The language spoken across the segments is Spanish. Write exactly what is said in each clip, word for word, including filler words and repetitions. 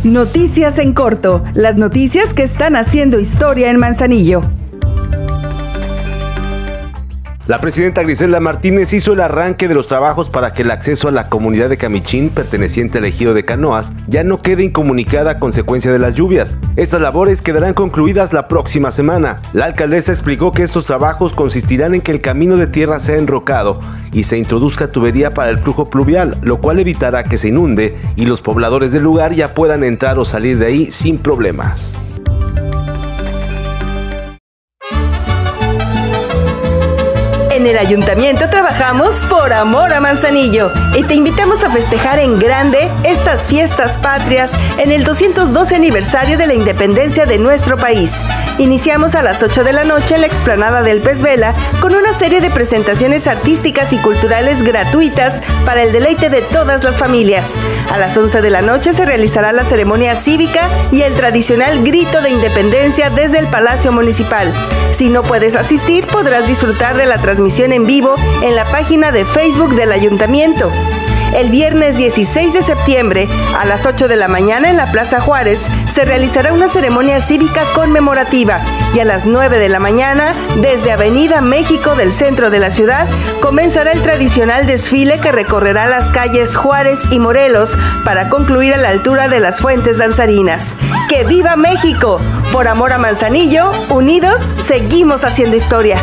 Noticias en corto, las noticias que están haciendo historia en Manzanillo. La presidenta Griselda Martínez hizo el arranque de los trabajos para que el acceso a la comunidad de Camichín, perteneciente al ejido de Canoas, ya no quede incomunicada a consecuencia de las lluvias. Estas labores quedarán concluidas la próxima semana. La alcaldesa explicó que estos trabajos consistirán en que el camino de tierra sea enrocado y se introduzca tubería para el flujo pluvial, lo cual evitará que se inunde y los pobladores del lugar ya puedan entrar o salir de ahí sin problemas. En el Ayuntamiento trabajamos por amor a Manzanillo y te invitamos a festejar en grande estas fiestas patrias en el doscientos doce aniversario de la independencia de nuestro país. Iniciamos a las ocho de la noche en la explanada del Pez Vela con una serie de presentaciones artísticas y culturales gratuitas para el deleite de todas las familias. A las once de la noche se realizará la ceremonia cívica y el tradicional grito de independencia desde el Palacio Municipal. Si no puedes asistir, podrás disfrutar de la transmisión en vivo en la página de Facebook del Ayuntamiento. El viernes dieciséis de septiembre, a las ocho de la mañana en la Plaza Juárez, se realizará una ceremonia cívica conmemorativa y a las nueve de la mañana, desde Avenida México del centro de la ciudad, comenzará el tradicional desfile que recorrerá las calles Juárez y Morelos para concluir a la altura de las Fuentes Danzarinas. ¡Que viva México! Por amor a Manzanillo, unidos, seguimos haciendo historia.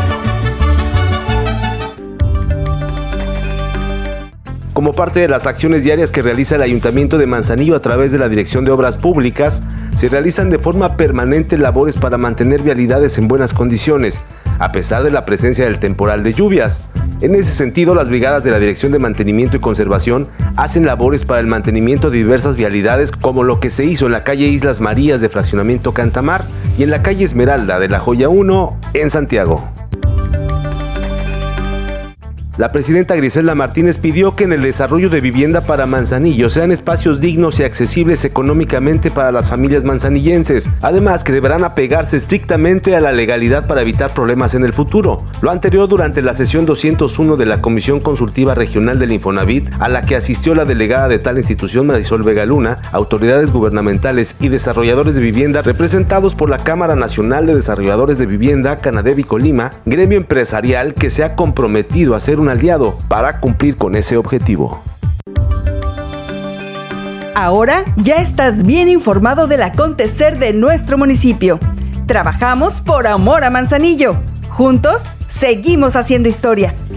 Como parte de las acciones diarias que realiza el Ayuntamiento de Manzanillo a través de la Dirección de Obras Públicas, se realizan de forma permanente labores para mantener vialidades en buenas condiciones, a pesar de la presencia del temporal de lluvias. En ese sentido, las brigadas de la Dirección de Mantenimiento y Conservación hacen labores para el mantenimiento de diversas vialidades, como lo que se hizo en la calle Islas Marías de Fraccionamiento Cantamar y en la calle Esmeralda de la Joya uno en Santiago. La presidenta Griselda Martínez pidió que en el desarrollo de vivienda para Manzanillo sean espacios dignos y accesibles económicamente para las familias manzanillenses, además que deberán apegarse estrictamente a la legalidad para evitar problemas en el futuro. Lo anterior durante la sesión doscientos uno de la Comisión Consultiva Regional del Infonavit, a la que asistió la delegada de tal institución Marisol Vega Luna, autoridades gubernamentales y desarrolladores de vivienda representados por la Cámara Nacional de Desarrolladores de Vivienda, Canadevi Colima, gremio empresarial que se ha comprometido a ser un aliado para cumplir con ese objetivo. Ahora ya estás bien informado del acontecer de nuestro municipio. Trabajamos por amor a Manzanillo. Juntos, seguimos haciendo historia.